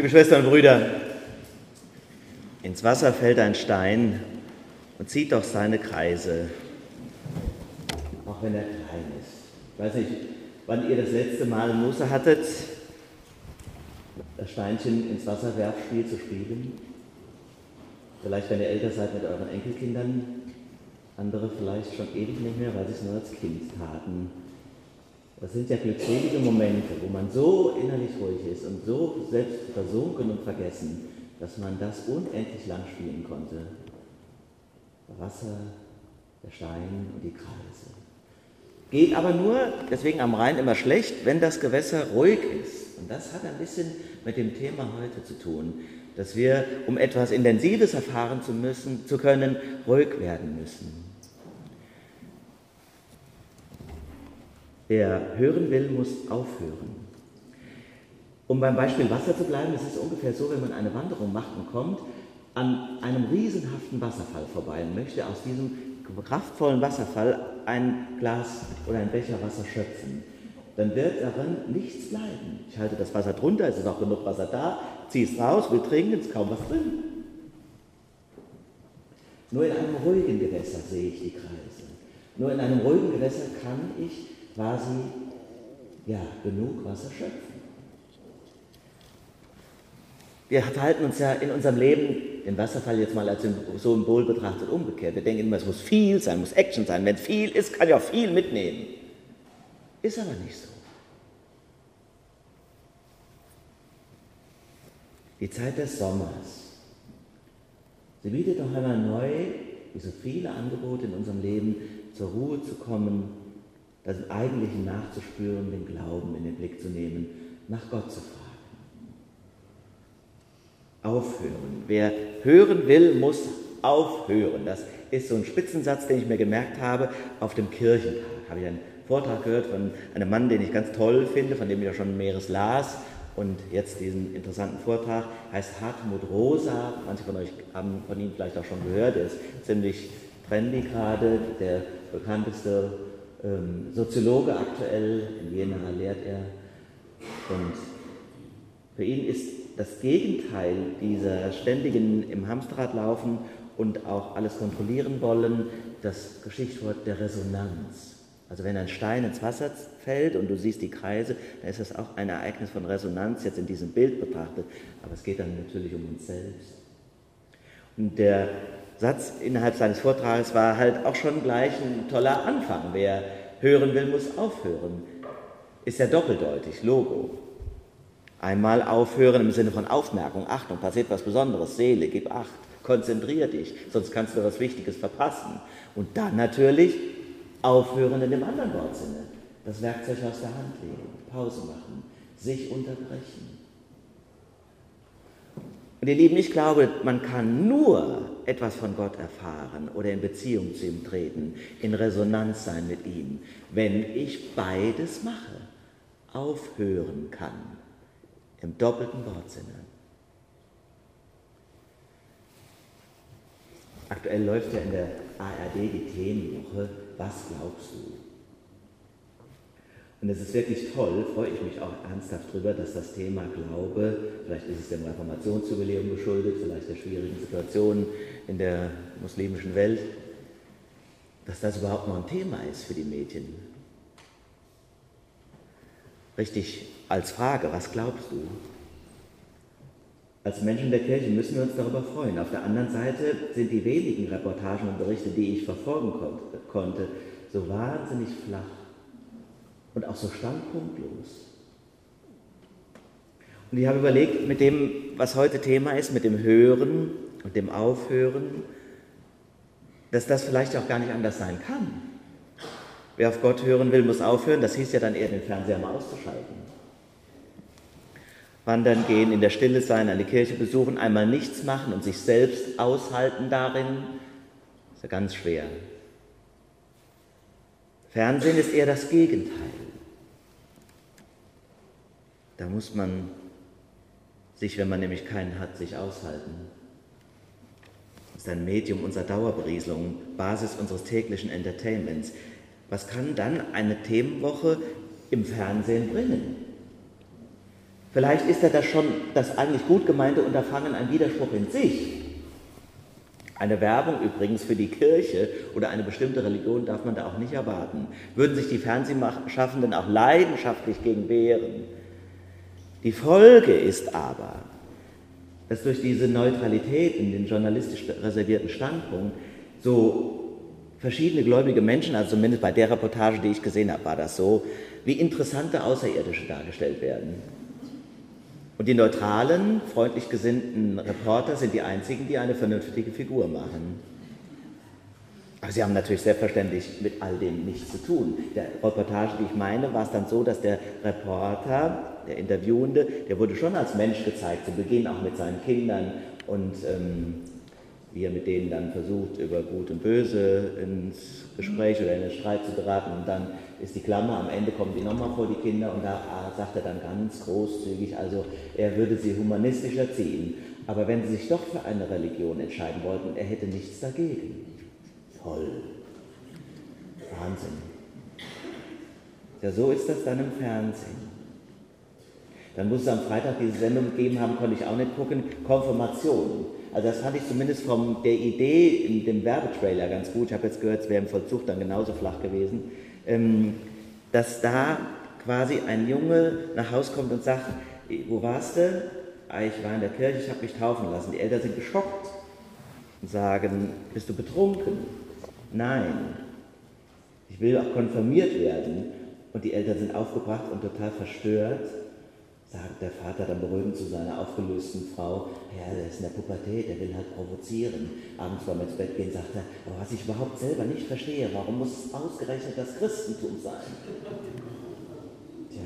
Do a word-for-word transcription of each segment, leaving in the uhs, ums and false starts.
Liebe Schwestern und Brüder, ins Wasser fällt ein Stein und zieht doch seine Kreise, auch wenn er klein ist. Ich weiß nicht, wann ihr das letzte Mal Muße hattet, das Steinchen ins Wasserwerfspiel zu spielen. Vielleicht, wenn ihr älter seid, mit euren Enkelkindern, andere vielleicht schon ewig nicht mehr, weil sie es nur als Kind taten. Das sind ja glückselige Momente, wo man so innerlich ruhig ist und so selbst versunken und vergessen, dass man das unendlich lang spielen konnte. Das Wasser, der Stein und die Kreise. Geht aber nur, deswegen am Rhein immer schlecht, wenn das Gewässer ruhig ist. Und das hat ein bisschen mit dem Thema heute zu tun, dass wir, um etwas Intensives erfahren zu müssen, zu können, ruhig werden müssen. Wer hören will, muss aufhören. Um beim Beispiel Wasser zu bleiben, es ist ungefähr so, wenn man eine Wanderung macht und kommt an einem riesenhaften Wasserfall vorbei und möchte aus diesem kraftvollen Wasserfall ein Glas oder ein Becher Wasser schöpfen, dann wird darin nichts bleiben. Ich halte das Wasser drunter, es ist auch genug Wasser da, ziehe es raus, will trinken, es ist kaum was drin. Nur in einem ruhigen Gewässer sehe ich die Kreise. Nur in einem ruhigen Gewässer kann ich quasi ja, genug Wasser schöpfen. Wir verhalten uns ja in unserem Leben, den Wasserfall jetzt mal als Symbol betrachtet, umgekehrt. Wir denken immer, es muss viel sein, muss Action sein. Wenn viel ist, kann ich auch viel mitnehmen. Ist aber nicht so. Die Zeit des Sommers, sie bietet noch einmal neu, wie so viele Angebote in unserem Leben, zur Ruhe zu kommen, das Eigentliche nachzuspüren, den Glauben in den Blick zu nehmen, nach Gott zu fragen. Aufhören. Wer hören will, muss aufhören. Das ist so ein Spitzensatz, den ich mir gemerkt habe auf dem Kirchentag. Habe ich einen Vortrag gehört von einem Mann, den ich ganz toll finde, von dem ich ja schon mehres las. Und jetzt diesen interessanten Vortrag, heißt Hartmut Rosa. Manche von euch haben von ihm vielleicht auch schon gehört. Er ist ziemlich trendy gerade, der bekannteste ähm, Soziologe aktuell. In Jena lehrt er. Und für ihn ist das Gegenteil dieser ständigen im Hamsterrad laufen und auch alles kontrollieren wollen, das Geschichtswort der Resonanz. Also wenn ein Stein ins Wasser fällt und du siehst die Kreise, dann ist das auch ein Ereignis von Resonanz, jetzt in diesem Bild betrachtet, aber es geht dann natürlich um uns selbst. Und der Satz innerhalb seines Vortrages war halt auch schon gleich ein toller Anfang. Wer hören will, muss aufhören. Ist ja doppeldeutig, Logo. Einmal aufhören im Sinne von Aufmerkung, Achtung, passiert was Besonderes, Seele, gib Acht, konzentrier dich, sonst kannst du was Wichtiges verpassen. Und dann natürlich aufhören in dem anderen Wortsinne, das Werkzeug aus der Hand legen, Pause machen, sich unterbrechen. Und ihr Lieben, ich glaube, man kann nur etwas von Gott erfahren oder in Beziehung zu ihm treten, in Resonanz sein mit ihm, wenn ich beides mache, aufhören kann. Im doppelten Wortsinne. Aktuell läuft ja in der A R D die Themenwoche Was glaubst du? Und es ist wirklich toll, freue ich mich auch ernsthaft drüber, dass das Thema Glaube, vielleicht ist es dem Reformationsjubiläum geschuldet, vielleicht der schwierigen Situation in der muslimischen Welt, dass das überhaupt noch ein Thema ist für die Medien. Richtig als Frage, was glaubst du? Als Menschen der Kirche müssen wir uns darüber freuen. Auf der anderen Seite sind die wenigen Reportagen und Berichte, die ich verfolgen konnte, so wahnsinnig flach und auch so standpunktlos. Und ich habe überlegt, mit dem, was heute Thema ist, mit dem Hören und dem Aufhören, dass das vielleicht auch gar nicht anders sein kann. Wer auf Gott hören will, muss aufhören. Das hieß ja dann eher, den Fernseher mal auszuschalten. Wandern gehen, in der Stille sein, eine Kirche besuchen, einmal nichts machen und sich selbst aushalten darin, ist ja ganz schwer. Fernsehen ist eher das Gegenteil. Da muss man sich, wenn man nämlich keinen hat, sich aushalten. Das ist ein Medium unserer Dauerberieselung, Basis unseres täglichen Entertainments. Was kann dann eine Themenwoche im Fernsehen bringen? Vielleicht ist ja das schon das eigentlich gut gemeinte Unterfangen ein Widerspruch in sich. Eine Werbung übrigens für die Kirche oder eine bestimmte Religion darf man da auch nicht erwarten. Würden sich die Fernsehschaffenden auch leidenschaftlich gegen wehren. Die Folge ist aber, dass durch diese Neutralität in den journalistisch reservierten Standpunkt so verschiedene gläubige Menschen, also zumindest bei der Reportage, die ich gesehen habe, war das so, wie interessante Außerirdische dargestellt werden. Und die neutralen, freundlich gesinnten Reporter sind die einzigen, die eine vernünftige Figur machen. Aber sie haben natürlich selbstverständlich mit all dem nichts zu tun. Der Reportage, die ich meine, war es dann so, dass der Reporter, der Interviewende, der wurde schon als Mensch gezeigt, zu Beginn auch mit seinen Kindern und ähm, wie er mit denen dann versucht, über Gut und Böse ins Gespräch oder in den Streit zu geraten. Und dann ist die Klammer, am Ende kommen die nochmal vor, die Kinder, und da sagt er dann ganz großzügig, also er würde sie humanistisch erziehen. Aber wenn sie sich doch für eine Religion entscheiden wollten, er hätte nichts dagegen. Toll. Wahnsinn. Ja, so ist das dann im Fernsehen. Dann muss es am Freitag diese Sendung gegeben haben, konnte ich auch nicht gucken, Konfirmation. Also das fand ich zumindest von der Idee in dem Werbetrailer ganz gut. Ich habe jetzt gehört, es wäre im Vollzug dann genauso flach gewesen, ähm, dass da quasi ein Junge nach Hause kommt und sagt, wo warst du? Ah, ich war in der Kirche, ich habe mich taufen lassen. Die Eltern sind geschockt und sagen, bist du betrunken? Nein, ich will auch konfirmiert werden. Und die Eltern sind aufgebracht und total verstört. Sagt der Vater dann beruhigend zu seiner aufgelösten Frau, ja, der ist in der Pubertät, der will halt provozieren. Abends beim ins Bett gehen sagt er, aber was ich überhaupt selber nicht verstehe, warum muss es ausgerechnet das Christentum sein? Tja.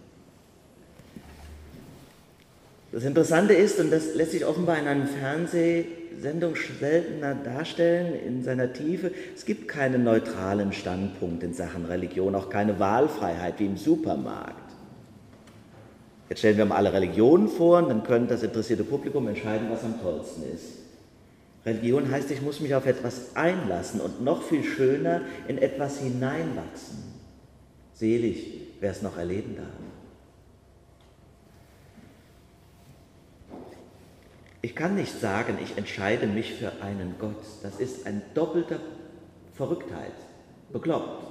Das Interessante ist, und das lässt sich offenbar in einer Fernsehsendung seltener darstellen, in seiner Tiefe, es gibt keinen neutralen Standpunkt in Sachen Religion, auch keine Wahlfreiheit wie im Supermarkt. Jetzt stellen wir mal alle Religionen vor und dann könnte das interessierte Publikum entscheiden, was am tollsten ist. Religion heißt, ich muss mich auf etwas einlassen und noch viel schöner in etwas hineinwachsen. Selig, wer es noch erleben darf. Ich kann nicht sagen, ich entscheide mich für einen Gott. Das ist ein doppelter Verrücktheit, bekloppt.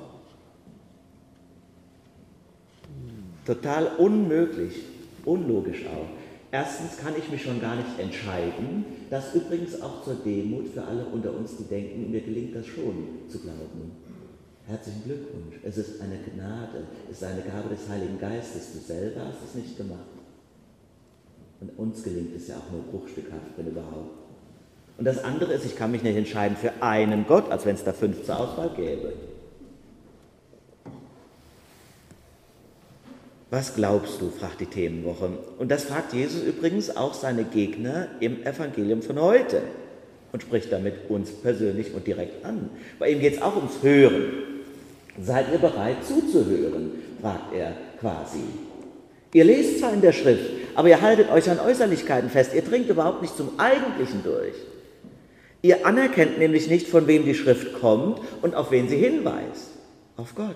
Total unmöglich, unlogisch auch. Erstens kann ich mich schon gar nicht entscheiden, das übrigens auch zur Demut für alle unter uns, die denken, mir gelingt das schon zu glauben. Herzlichen Glückwunsch, es ist eine Gnade, es ist eine Gabe des Heiligen Geistes, du selber hast es nicht gemacht. Und uns gelingt es ja auch nur bruchstückhaft, wenn überhaupt. Und das andere ist, ich kann mich nicht entscheiden für einen Gott, als wenn es da fünf zur Auswahl gäbe. Was glaubst du, fragt die Themenwoche. Und das fragt Jesus übrigens auch seine Gegner im Evangelium von heute und spricht damit uns persönlich und direkt an. Bei ihm geht es auch ums Hören. Seid ihr bereit zuzuhören, fragt er quasi. Ihr lest zwar in der Schrift, aber ihr haltet euch an Äußerlichkeiten fest. Ihr dringt überhaupt nicht zum Eigentlichen durch. Ihr anerkennt nämlich nicht, von wem die Schrift kommt und auf wen sie hinweist. Auf Gott.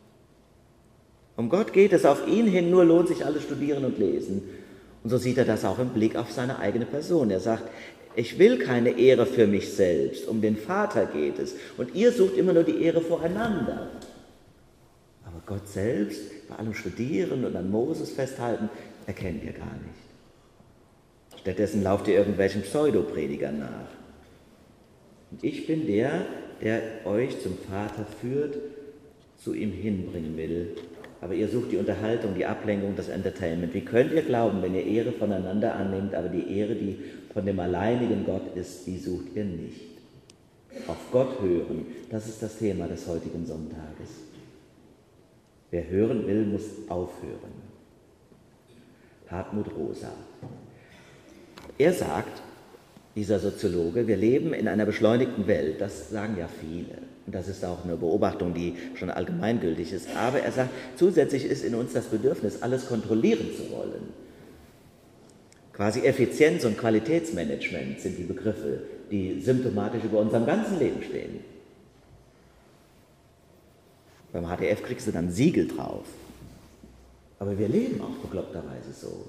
Um Gott geht es, auf ihn hin nur lohnt sich alles Studieren und Lesen. Und so sieht er das auch im Blick auf seine eigene Person. Er sagt, ich will keine Ehre für mich selbst, um den Vater geht es. Und ihr sucht immer nur die Ehre voreinander. Aber Gott selbst, bei allem Studieren und an Moses festhalten, erkennt ihr gar nicht. Stattdessen lauft ihr irgendwelchen Pseudopredigern nach. Und ich bin der, der euch zum Vater führt, zu ihm hinbringen will. Aber ihr sucht die Unterhaltung, die Ablenkung, das Entertainment. Wie könnt ihr glauben, wenn ihr Ehre voneinander annehmt, aber die Ehre, die von dem alleinigen Gott ist, die sucht ihr nicht? Auf Gott hören, das ist das Thema des heutigen Sonntages. Wer hören will, muss aufhören. Hartmut Rosa. Er sagt, dieser Soziologe, wir leben in einer beschleunigten Welt, das sagen ja viele. Und das ist auch eine Beobachtung, die schon allgemeingültig ist. Aber er sagt, zusätzlich ist in uns das Bedürfnis, alles kontrollieren zu wollen. Quasi Effizienz und Qualitätsmanagement sind die Begriffe, die symptomatisch über unserem ganzen Leben stehen. Beim H D F kriegst du dann Siegel drauf. Aber wir leben auch bekloppterweise so.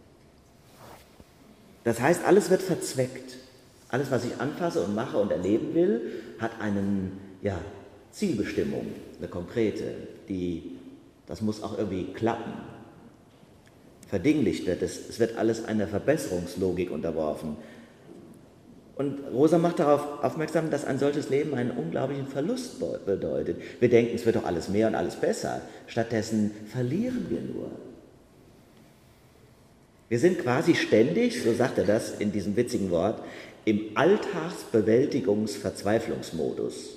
Das heißt, alles wird verzweckt. Alles, was ich anfasse und mache und erleben will, hat eine ja, Zielbestimmung, eine konkrete, die, das muss auch irgendwie klappen. Verdinglicht wird es, es wird alles einer Verbesserungslogik unterworfen. Und Rosa macht darauf aufmerksam, dass ein solches Leben einen unglaublichen Verlust bedeutet. Wir denken, es wird doch alles mehr und alles besser. Stattdessen verlieren wir nur. Wir sind quasi ständig, so sagt er das in diesem witzigen Wort, im Alltagsbewältigungsverzweiflungsmodus.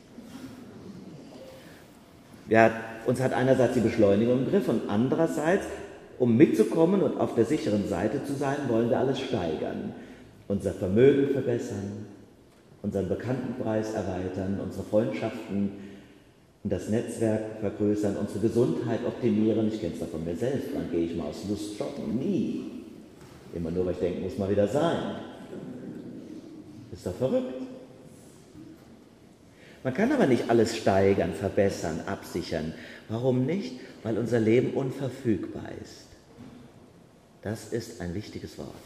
Ja, uns hat einerseits die Beschleunigung im Griff und andererseits, um mitzukommen und auf der sicheren Seite zu sein, wollen wir alles steigern. Unser Vermögen verbessern, unseren Bekanntenkreis erweitern, unsere Freundschaften und das Netzwerk vergrößern, unsere Gesundheit optimieren. Ich kenne es doch von mir selbst, wann gehe ich mal aus Lust shoppen? Nie. Immer nur, weil ich denke, muss mal wieder sein. Ist doch verrückt. Man kann aber nicht alles steigern, verbessern, absichern. Warum nicht? Weil unser Leben unverfügbar ist. Das ist ein wichtiges Wort.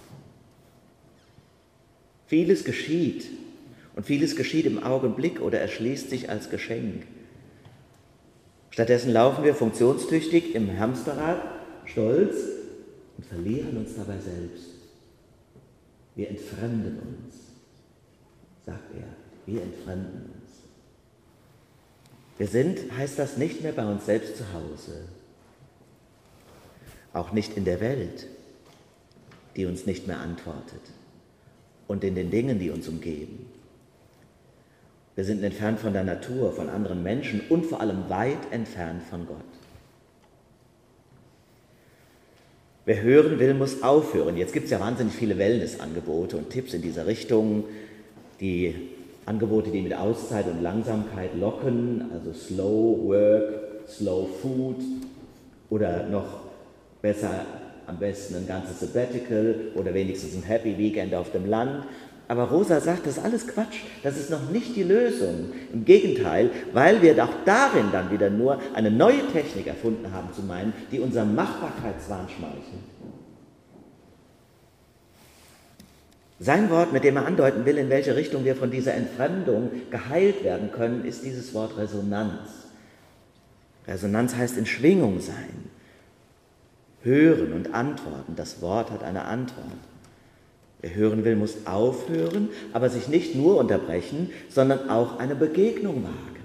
Vieles geschieht und vieles geschieht im Augenblick oder erschließt sich als Geschenk. Stattdessen laufen wir funktionstüchtig im Hamsterrad, stolz und verlieren uns dabei selbst. Wir entfremden uns, sagt er, wir entfremden uns. Wir sind, heißt das, nicht mehr bei uns selbst zu Hause, auch nicht in der Welt, die uns nicht mehr antwortet. Und in den Dingen, die uns umgeben. Wir sind entfernt von der Natur, von anderen Menschen und vor allem weit entfernt von Gott. Wer hören will, muss aufhören. Jetzt gibt es ja wahnsinnig viele Wellnessangebote und Tipps in dieser Richtung. Die Angebote, die mit Auszeit und Langsamkeit locken, also Slow Work, Slow Food oder noch besser am besten ein ganzes Sabbatical oder wenigstens ein Happy Weekend auf dem Land. Aber Rosa sagt, das ist alles Quatsch, das ist noch nicht die Lösung. Im Gegenteil, weil wir auch darin dann wieder nur eine neue Technik erfunden haben zu meinen, die unserem Machbarkeitswahn schmeichelt. Sein Wort, mit dem er andeuten will, in welche Richtung wir von dieser Entfremdung geheilt werden können, ist dieses Wort Resonanz. Resonanz heißt in Schwingung sein. Hören und antworten. Das Wort hat eine Antwort. Wer hören will, muss aufhören, aber sich nicht nur unterbrechen, sondern auch eine Begegnung wagen.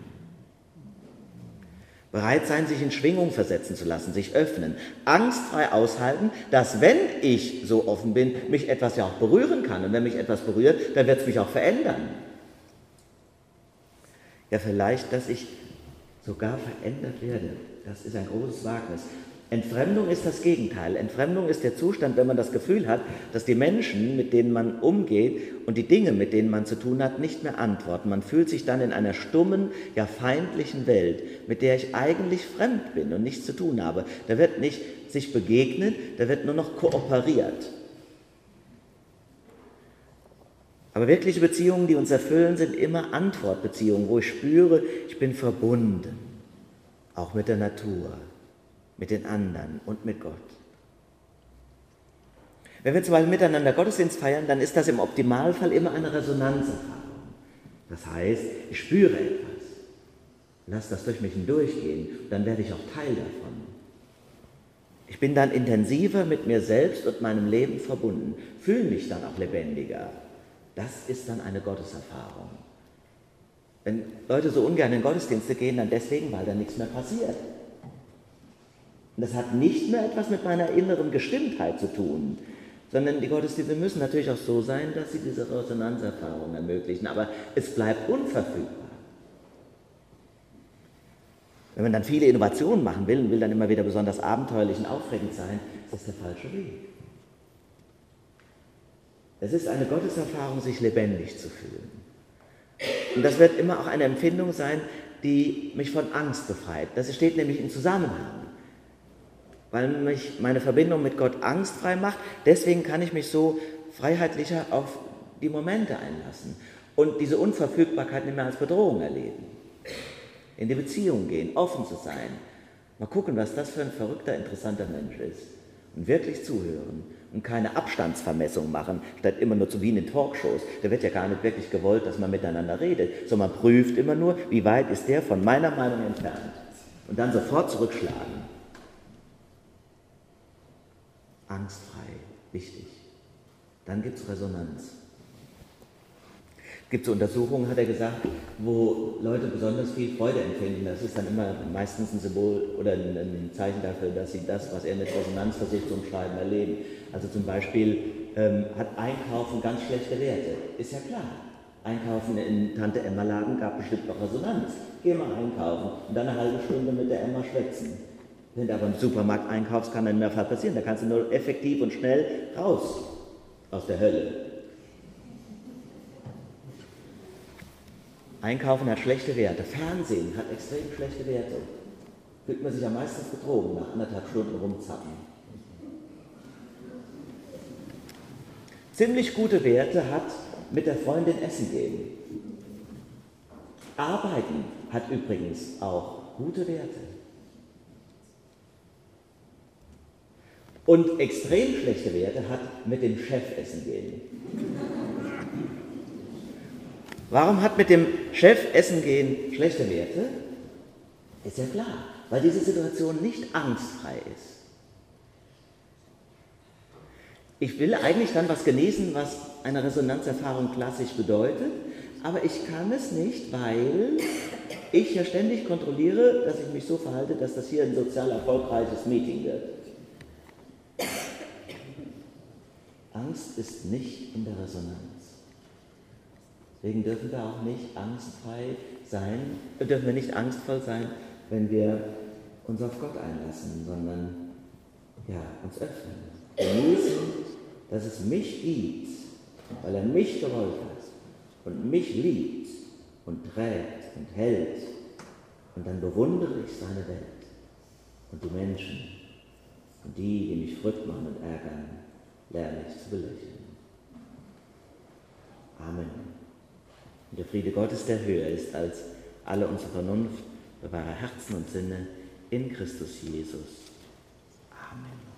Bereit sein, sich in Schwingung versetzen zu lassen, sich öffnen. Angstfrei aushalten, dass, wenn ich so offen bin, mich etwas ja auch berühren kann. Und wenn mich etwas berührt, dann wird es mich auch verändern. Ja, vielleicht, dass ich sogar verändert werde. Das ist ein großes Wagnis. Entfremdung ist das Gegenteil. Entfremdung ist der Zustand, wenn man das Gefühl hat, dass die Menschen, mit denen man umgeht und die Dinge, mit denen man zu tun hat, nicht mehr antworten. Man fühlt sich dann in einer stummen, ja feindlichen Welt, mit der ich eigentlich fremd bin und nichts zu tun habe. Da wird nicht sich begegnet, da wird nur noch kooperiert. Aber wirkliche Beziehungen, die uns erfüllen, sind immer Antwortbeziehungen, wo ich spüre, ich bin verbunden, auch mit der Natur, mit den anderen und mit Gott. Wenn wir zum Beispiel miteinander Gottesdienst feiern, dann ist das im Optimalfall immer eine Resonanzerfahrung. Das heißt, ich spüre etwas, lass das durch mich hindurchgehen, dann werde ich auch Teil davon. Ich bin dann intensiver mit mir selbst und meinem Leben verbunden, fühle mich dann auch lebendiger. Das ist dann eine Gotteserfahrung. Wenn Leute so ungern in Gottesdienste gehen, dann deswegen, weil da nichts mehr passiert. Und das hat nicht mehr etwas mit meiner inneren Gestimmtheit zu tun, sondern die Gottesdienste müssen natürlich auch so sein, dass sie diese Resonanzerfahrung ermöglichen, aber es bleibt unverfügbar. Wenn man dann viele Innovationen machen will und will dann immer wieder besonders abenteuerlich und aufregend sein, ist das der falsche Weg. Es ist eine Gotteserfahrung, sich lebendig zu fühlen. Und das wird immer auch eine Empfindung sein, die mich von Angst befreit. Das steht nämlich im Zusammenhang. Weil mich meine Verbindung mit Gott angstfrei macht, deswegen kann ich mich so freiheitlicher auf die Momente einlassen und diese Unverfügbarkeit nicht mehr als Bedrohung erleben. In die Beziehung gehen, offen zu sein, Mal gucken, was das für ein verrückter, interessanter Mensch ist. Und wirklich zuhören und keine Abstandsvermessung machen, statt immer nur zu wie in den Talkshows. Da wird ja gar nicht wirklich gewollt, dass man miteinander redet, sondern man prüft immer nur, wie weit ist der von meiner Meinung entfernt. Und dann sofort zurückschlagen. Angstfrei, wichtig. Dann gibt es Resonanz. Es gibt so Untersuchungen, hat er gesagt, wo Leute besonders viel Freude empfinden. Das ist dann immer meistens ein Symbol oder ein, ein Zeichen dafür, dass sie das, was er mit Resonanz versucht zu umschreiben, erleben. Also zum Beispiel ähm, hat Einkaufen ganz schlechte Werte. Ist ja klar. Einkaufen in Tante Emma Laden gab bestimmt noch Resonanz. Geh mal einkaufen und dann eine halbe Stunde mit der Emma schwätzen. Wenn du aber im Supermarkt einkaufst, kann dann in der Fall passieren. Da kannst du nur effektiv und schnell raus aus der Hölle. Einkaufen hat schlechte Werte. Fernsehen hat extrem schlechte Werte. Fühlt man sich am meisten betrogen nach anderthalb Stunden rumzappen. Ziemlich gute Werte hat mit der Freundin essen gehen. Arbeiten hat übrigens auch gute Werte. Und extrem schlechte Werte hat mit dem Chef essen gehen. Warum hat mit dem Chef essen gehen schlechte Werte? Ist ja klar, weil diese Situation nicht angstfrei ist. Ich will eigentlich dann was genießen, was eine Resonanzerfahrung klassisch bedeutet, aber ich kann es nicht, weil ich ja ständig kontrolliere, dass ich mich so verhalte, dass das hier ein sozial erfolgreiches Meeting wird. Angst ist nicht in der Resonanz. Deswegen dürfen wir auch nicht angstfrei sein, dürfen wir nicht angstvoll sein, wenn wir uns auf Gott einlassen, sondern ja, uns öffnen. Genießen, dass es mich gibt, weil er mich gewollt hat und mich liebt und trägt und hält. Und dann bewundere ich seine Welt und die Menschen und die, die mich verrückt machen und ärgern, lerne ich zu belächeln. Amen. Und der Friede Gottes, der höher ist als alle unsere Vernunft, bewahre Herzen und Sinne in Christus Jesus. Amen.